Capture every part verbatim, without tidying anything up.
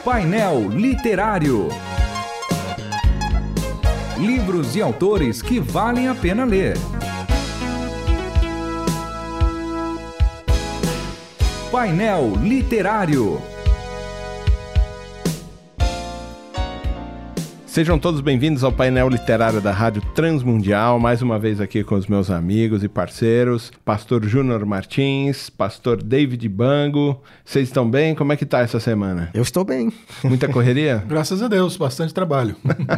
Painel Literário. Livros e autores que valem a pena ler. Painel Literário. Sejam todos bem-vindos ao painel literário da Rádio Transmundial, mais uma vez aqui com os meus amigos e parceiros, Pastor Júnior Martins, Pastor David Bango. Vocês estão bem? Como é que tá essa semana? Eu estou bem. Muita correria? Graças a Deus, bastante trabalho.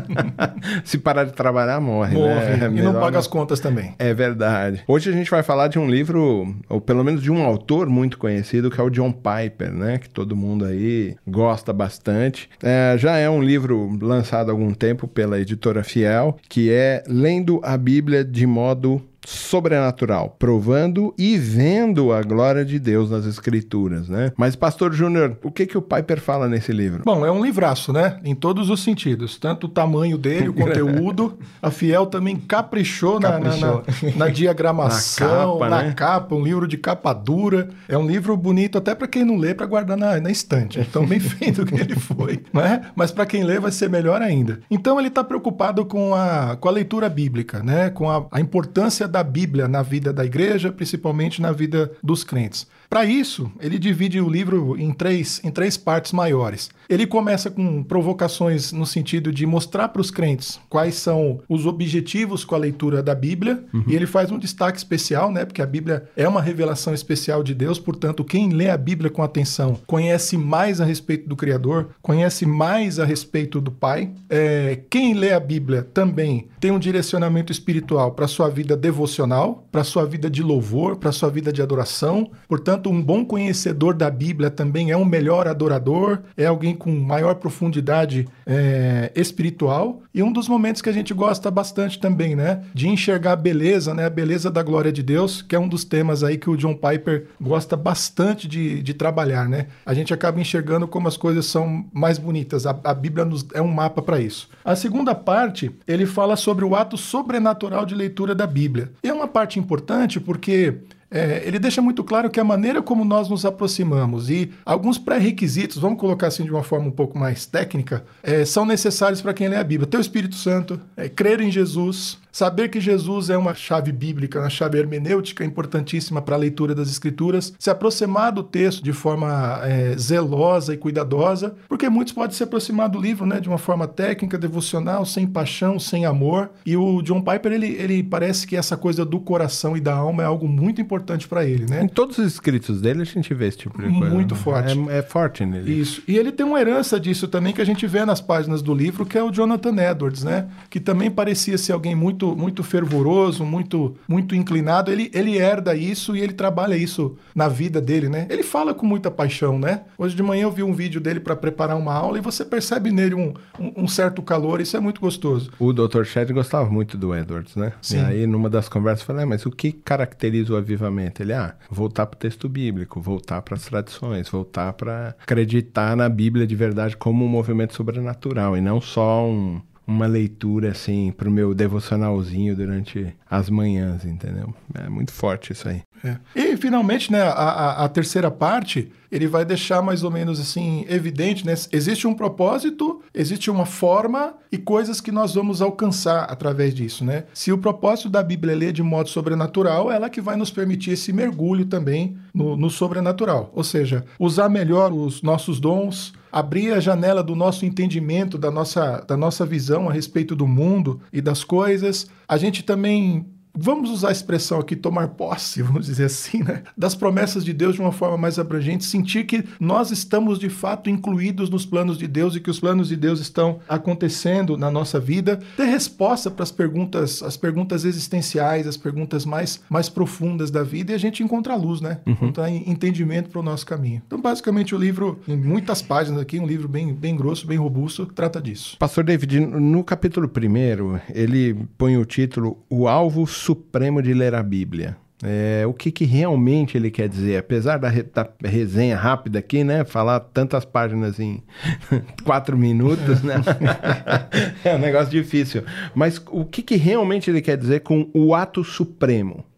Se parar de trabalhar, morre, morre né? É e não paga não... as contas também. É verdade. Hoje a gente vai falar de um livro, ou pelo menos de um autor muito conhecido, que é o John Piper, né? Que todo mundo aí gosta bastante. É, já é um livro lançado há algum tempo pela editora Fiel, que é Lendo a Bíblia de modo sobrenatural, provando e vendo a glória de Deus nas Escrituras, né? Mas, Pastor Júnior, o que que o Piper fala nesse livro? Bom, é um livraço, né? Em todos os sentidos. Tanto o tamanho dele, o conteúdo. A Fiel também caprichou, caprichou. Na, na, na diagramação, na, capa, na né? capa, um livro de capa dura. É um livro bonito até para quem não lê, para guardar na, na estante. Então, bem feito que ele foi, né? Mas para quem lê vai ser melhor ainda. Então, ele está preocupado com a, com a leitura bíblica, né? Com a, a importância da Bíblia na vida da igreja, principalmente na vida dos crentes. Para isso, ele divide o livro em três, em três partes maiores. Ele começa com provocações no sentido de mostrar para os crentes quais são os objetivos com a leitura da Bíblia, uhum. E ele faz um destaque especial, né? Porque a Bíblia é uma revelação especial de Deus, portanto, quem lê a Bíblia com atenção conhece mais a respeito do Criador, conhece mais a respeito do Pai. É, quem lê a Bíblia também tem um direcionamento espiritual para a sua vida devocional, para a sua vida de louvor, para a sua vida de adoração. Portanto, um bom conhecedor da Bíblia também é um melhor adorador, é alguém com maior profundidade é, espiritual. E um dos momentos que a gente gosta bastante também, né? De enxergar a beleza, né? A beleza da glória de Deus, que é um dos temas aí que o John Piper gosta bastante de, de trabalhar, né? A gente acaba enxergando como as coisas são mais bonitas. A, a Bíblia nos, é um mapa para isso. A segunda parte, ele fala sobre o ato sobrenatural de leitura da Bíblia. E é uma parte importante porque... É, ele deixa muito claro que a maneira como nós nos aproximamos e alguns pré-requisitos, vamos colocar assim de uma forma um pouco mais técnica, é, são necessários para quem lê a Bíblia. Ter o Espírito Santo, é, crer em Jesus, saber que Jesus é uma chave bíblica, uma chave hermenêutica importantíssima para a leitura das Escrituras, se aproximar do texto de forma é, zelosa e cuidadosa, porque muitos podem se aproximar do livro, né, de uma forma técnica, devocional, sem paixão, sem amor. E o John Piper, ele, ele parece que essa coisa do coração e da alma é algo muito importante para ele, né? Em todos os escritos dele a gente vê esse tipo de coisa. Muito forte. É, é forte nele. Isso. E ele tem uma herança disso também que a gente vê nas páginas do livro, que é o Jonathan Edwards, né? Que também parecia ser alguém muito, muito fervoroso, muito, muito inclinado. Ele, ele herda isso e ele trabalha isso na vida dele, né? Ele fala com muita paixão, né? Hoje de manhã eu vi um vídeo dele para preparar uma aula e você percebe nele um, um, um certo calor. Isso é muito gostoso. O doutor Shedd gostava muito do Edwards, né? Sim. E aí numa das conversas eu falei, ah, mas o que caracteriza o avivamento? Ele, ah, voltar para o texto bíblico, voltar para as tradições, voltar para acreditar na Bíblia de verdade como um movimento sobrenatural e não só um, uma leitura assim para o meu devocionalzinho durante as manhãs, entendeu? É muito forte isso aí. É. E finalmente, né, a, a, a terceira parte, ele vai deixar mais ou menos assim evidente, né? Existe um propósito, existe uma forma e coisas que nós vamos alcançar através disso, né? Se o propósito da Bíblia é ler de modo sobrenatural, ela que vai nos permitir esse mergulho também no, no sobrenatural. Ou seja, usar melhor os nossos dons, abrir a janela do nosso entendimento, da nossa, da nossa visão a respeito do mundo e das coisas. A gente também... Vamos usar a expressão aqui, tomar posse, vamos dizer assim, né? Das promessas de Deus de uma forma mais abrangente, sentir que nós estamos de fato incluídos nos planos de Deus e que os planos de Deus estão acontecendo na nossa vida, ter resposta para as perguntas, as perguntas existenciais, as perguntas mais, mais profundas da vida e a gente encontrar luz, né? Uhum. Encontrar entendimento para o nosso caminho. Então, basicamente, o livro, em muitas páginas aqui, um livro bem, bem grosso, bem robusto, trata disso. Pastor David, no capítulo primeiro, ele põe o título O Alvo Supremo de Ler a Bíblia. É, o que, que realmente ele quer dizer? Apesar da, re, da resenha rápida aqui, né? Falar tantas páginas em quatro minutos, né? É um negócio difícil. Mas o que, que realmente ele quer dizer com o ato supremo?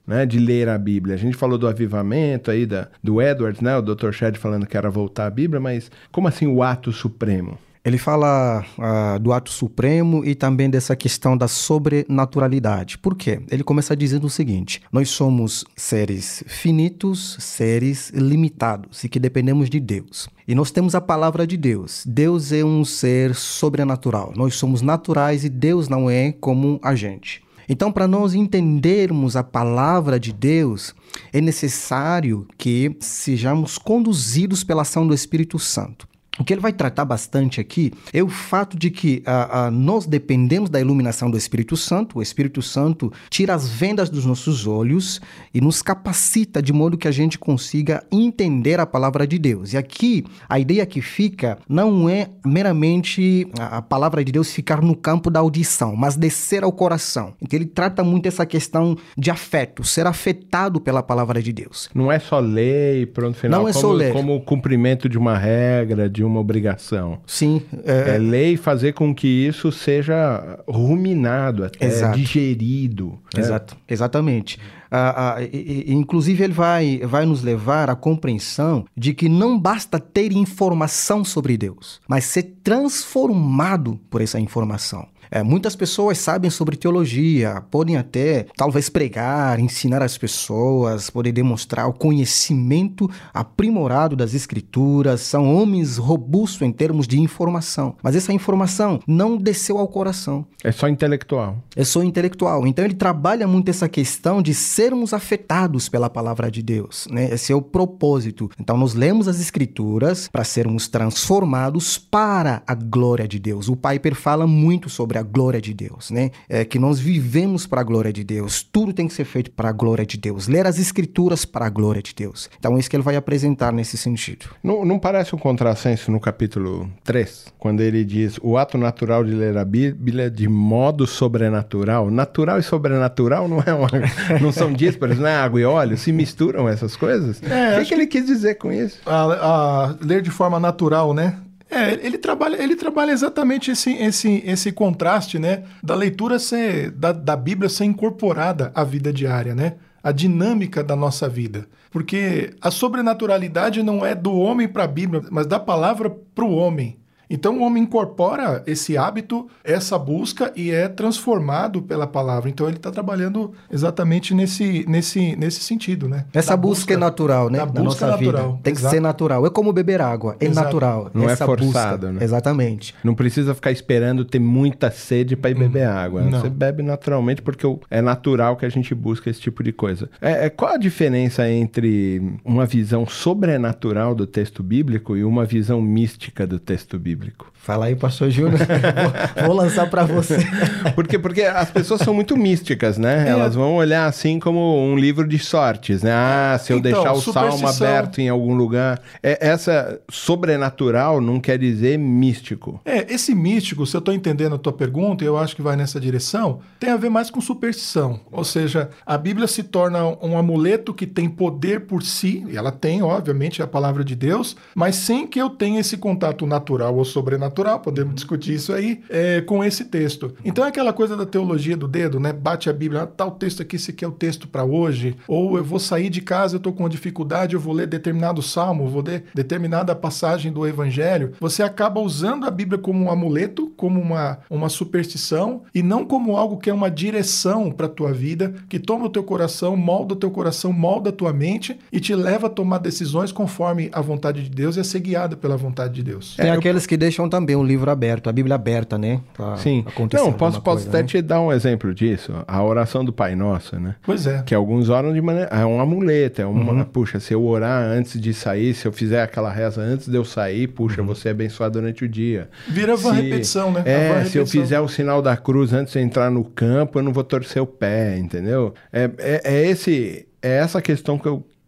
né, de ler a Bíblia? A gente falou do avivamento aí da, do Edwards, né, o doutor Shedd falando que era voltar à Bíblia, mas como assim o ato supremo? Ele fala uh, do ato supremo e também dessa questão da sobrenaturalidade. Por quê? Ele começa dizendo o seguinte: nós somos seres finitos, seres limitados e que dependemos de Deus. E nós temos a palavra de Deus. Deus é um ser sobrenatural. Nós somos naturais e Deus não é como a gente. Então, para nós entendermos a palavra de Deus, é necessário que sejamos conduzidos pela ação do Espírito Santo. O que ele vai tratar bastante aqui é o fato de que uh, uh, nós dependemos da iluminação do Espírito Santo. O Espírito Santo tira as vendas dos nossos olhos e nos capacita de modo que a gente consiga entender a palavra de Deus. E aqui, a ideia que fica não é meramente a, a palavra de Deus ficar no campo da audição, mas descer ao coração. Então, ele trata muito essa questão de afeto, ser afetado pela palavra de Deus. Não é só ler e pronto, final. Não é como, só ler. Como o cumprimento de uma regra, de uma obrigação. Sim. É, é ler e fazer com que isso seja ruminado, até Exato. digerido. Exato, é. Exatamente. Ah, ah, e, e, inclusive, ele vai, vai nos levar à compreensão de que não basta ter informação sobre Deus, mas ser transformado por essa informação. É, muitas pessoas sabem sobre teologia, podem até, talvez, pregar, ensinar as pessoas, podem demonstrar o conhecimento aprimorado das Escrituras, são homens robustos em termos de informação. Mas essa informação não desceu ao coração. É só intelectual. É só intelectual. Então, ele trabalha muito essa questão de sermos afetados pela palavra de Deus, né? Esse é o propósito. Então, nós lemos as Escrituras para sermos transformados para a glória de Deus. O Piper fala muito sobre a glória de Deus, né? É que nós vivemos para a glória de Deus. Tudo tem que ser feito para a glória de Deus. Ler as Escrituras para a glória de Deus. Então, é isso que ele vai apresentar nesse sentido. Não, não parece um contrassenso no capítulo três, quando ele diz o ato natural de ler a Bíblia de modo sobrenatural? Natural e sobrenatural não é uma, não são díspares, não é água e óleo? Se misturam essas coisas? É, o que, que ele quis dizer com isso? A, a ler de forma natural, né? É, ele trabalha, ele trabalha exatamente esse, esse, esse contraste, né? Da leitura ser, da, da Bíblia ser incorporada à vida diária, né? A dinâmica da nossa vida. Porque a sobrenaturalidade não é do homem para a Bíblia, mas da palavra para o homem. Então o homem incorpora esse hábito, essa busca e é transformado pela palavra. Então ele está trabalhando exatamente nesse, nesse, nesse sentido, né? Essa busca, busca é natural, né? Da Na busca nossa natural. vida. Tem Exato. que ser natural. É como beber água. É Exato. natural. Não essa é forçado, busca. né? Exatamente. Não precisa ficar esperando ter muita sede para ir beber hum, água. Não. Você bebe naturalmente porque é natural que a gente busca esse tipo de coisa. É, é, qual a diferença entre uma visão sobrenatural do texto bíblico e uma visão mística do texto bíblico? Fala aí, pastor Júnior. vou, vou lançar para você. Porque, porque as pessoas são muito místicas, né? É. Elas vão olhar assim como um livro de sortes, né? Ah, se eu então, deixar o salmo aberto em algum lugar... É, essa sobrenatural não quer dizer místico. É, esse místico, se eu estou entendendo a tua pergunta, e eu acho que vai nessa direção, tem a ver mais com superstição. Ou seja, a Bíblia se torna um amuleto que tem poder por si, e ela tem, obviamente, a palavra de Deus, mas sem que eu tenha esse contato natural ou sobrenatural, podemos discutir isso aí, é, com esse texto. Então é aquela coisa da teologia do dedo, né? Bate a Bíblia, ah, tá o texto aqui, esse aqui é o texto para hoje, ou eu vou sair de casa, eu tô com uma dificuldade, eu vou ler determinado salmo, vou ler determinada passagem do Evangelho. Você acaba usando a Bíblia como um amuleto, como uma, uma superstição, e não como algo que é uma direção para tua vida, que toma o teu coração, molda o teu coração, molda a tua mente e te leva a tomar decisões conforme a vontade de Deus e a ser guiada pela vontade de Deus. Tem é, aqueles eu... que deixam também o livro aberto, a Bíblia aberta, né? Pra Sim. Não, posso, posso coisa, até né? te dar um exemplo disso. A oração do Pai Nosso, né? Pois é. Que alguns oram de maneira... É um amuleto, é uma... Uhum. Puxa, se eu orar antes de sair, se eu fizer aquela reza antes de eu sair, puxa, uhum. você é abençoado durante o dia. Vira se... uma repetição, né? É, repetição. Se eu fizer o sinal da cruz antes de entrar no campo, eu não vou torcer o pé, entendeu? É, é, é, esse, é essa questão que eu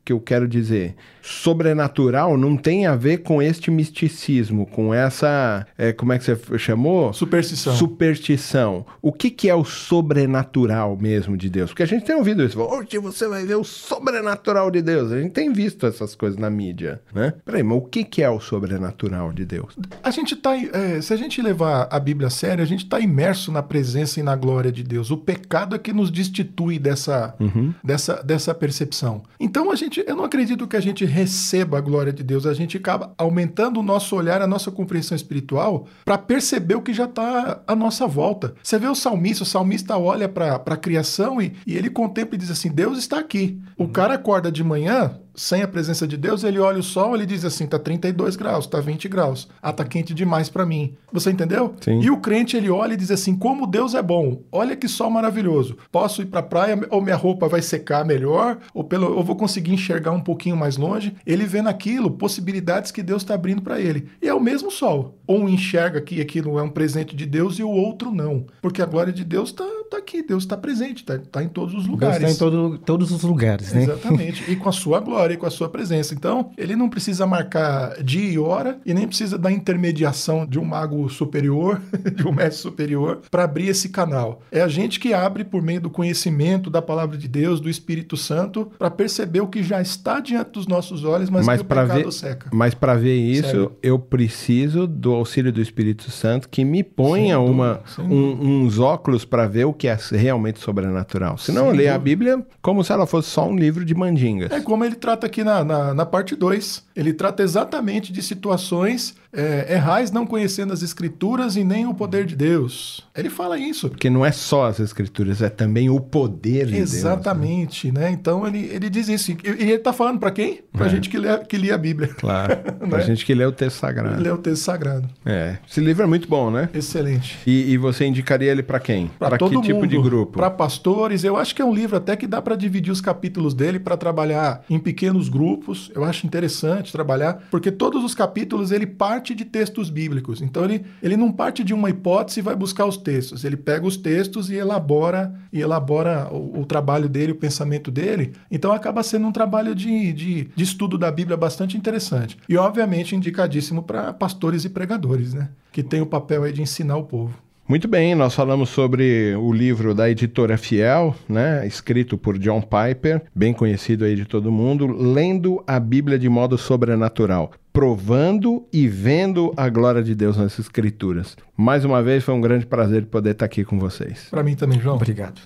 que eu quero dizer? Sobrenatural não tem a ver com este misticismo, com essa, é, como é que você chamou? Superstição. Superstição. O que, que é o sobrenatural mesmo de Deus? Porque a gente tem ouvido isso. Hoje você vai ver o sobrenatural de Deus. A gente tem visto essas coisas na mídia, né? Peraí, mas o que, que é o sobrenatural de Deus? A gente tá, é, se a gente levar a Bíblia a sério, a gente está imerso na presença e na glória de Deus. O pecado é que nos destitui dessa, uhum. dessa, dessa percepção. Então, a gente, eu não acredito que a gente receba a glória de Deus, a gente acaba aumentando o nosso olhar, a nossa compreensão espiritual para perceber o que já está à nossa volta. Você vê o salmista, o salmista olha para a criação e, e ele contempla e diz assim, Deus está aqui. O cara acorda de manhã, sem a presença de Deus, ele olha o sol, ele diz assim, tá trinta e dois graus, tá vinte graus. Ah, tá quente demais para mim. Você entendeu? Sim. E o crente, ele olha e diz assim, como Deus é bom. Olha que sol maravilhoso. Posso ir para a praia ou minha roupa vai secar melhor, ou pelo, eu vou conseguir enxergar um pouquinho mais longe. Ele vê naquilo possibilidades que Deus está abrindo para ele. E é o mesmo sol. Um enxerga que aquilo é um presente de Deus e o outro não. Porque a glória de Deus está tá aqui, Deus está presente, está tá em todos os lugares. Deus está em todo, todos os lugares, né? Exatamente. E com a sua glória e com a sua presença. Então, ele não precisa marcar dia e hora e nem precisa da intermediação de um mago superior, de um mestre superior, para abrir esse canal. É a gente que abre por meio do conhecimento da palavra de Deus, do Espírito Santo, para perceber o que já está diante dos nossos olhos, mas, mas que o pecado ver, seca. Mas para ver isso, Sério? eu preciso do auxílio do Espírito Santo que me ponha sem uma, dúvida, um, uns óculos para ver o que é realmente sobrenatural. Senão eu ler a Bíblia como se ela fosse só um livro de mandingas. É como ele trata aqui na, na, na parte dois. Ele trata exatamente de situações é, errais, não conhecendo as Escrituras e nem o poder de Deus. Ele fala isso. Porque não é só as Escrituras, é também o poder de exatamente, Deus. Né? né? Então ele, ele diz isso. E ele está falando para quem? Para a é. gente que lê, que lê a Bíblia. Claro. Para a né? gente que lê o texto sagrado. Lê o texto sagrado. É. Esse livro é muito bom, né? Excelente. E, e você indicaria ele para quem? Para que todo tipo mundo, de grupo? Para pastores. Eu acho que é um livro até que dá para dividir os capítulos dele para trabalhar em pequenos grupos. Eu acho interessante trabalhar, porque todos os capítulos ele parte de textos bíblicos. Então ele, ele não parte de uma hipótese e vai buscar os textos. Ele pega os textos e elabora, e elabora o, o trabalho dele, o pensamento dele. Então acaba sendo um trabalho de, de, de estudo da Bíblia bastante interessante. E obviamente indicadíssimo para pastores e pregadores, né? Que tem o papel aí de ensinar o povo. Muito bem, nós falamos sobre o livro da editora Fiel, né, escrito por John Piper, bem conhecido aí de todo mundo, Lendo a Bíblia de modo sobrenatural, provando e vendo a glória de Deus nas Escrituras. Mais uma vez, foi um grande prazer poder estar aqui com vocês. Para mim também, João. Obrigado.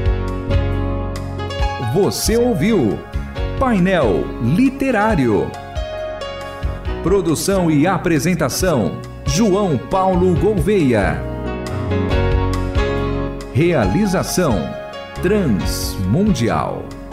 Você ouviu Painel Literário. Produção e apresentação, João Paulo Gouveia. Realização Transmundial.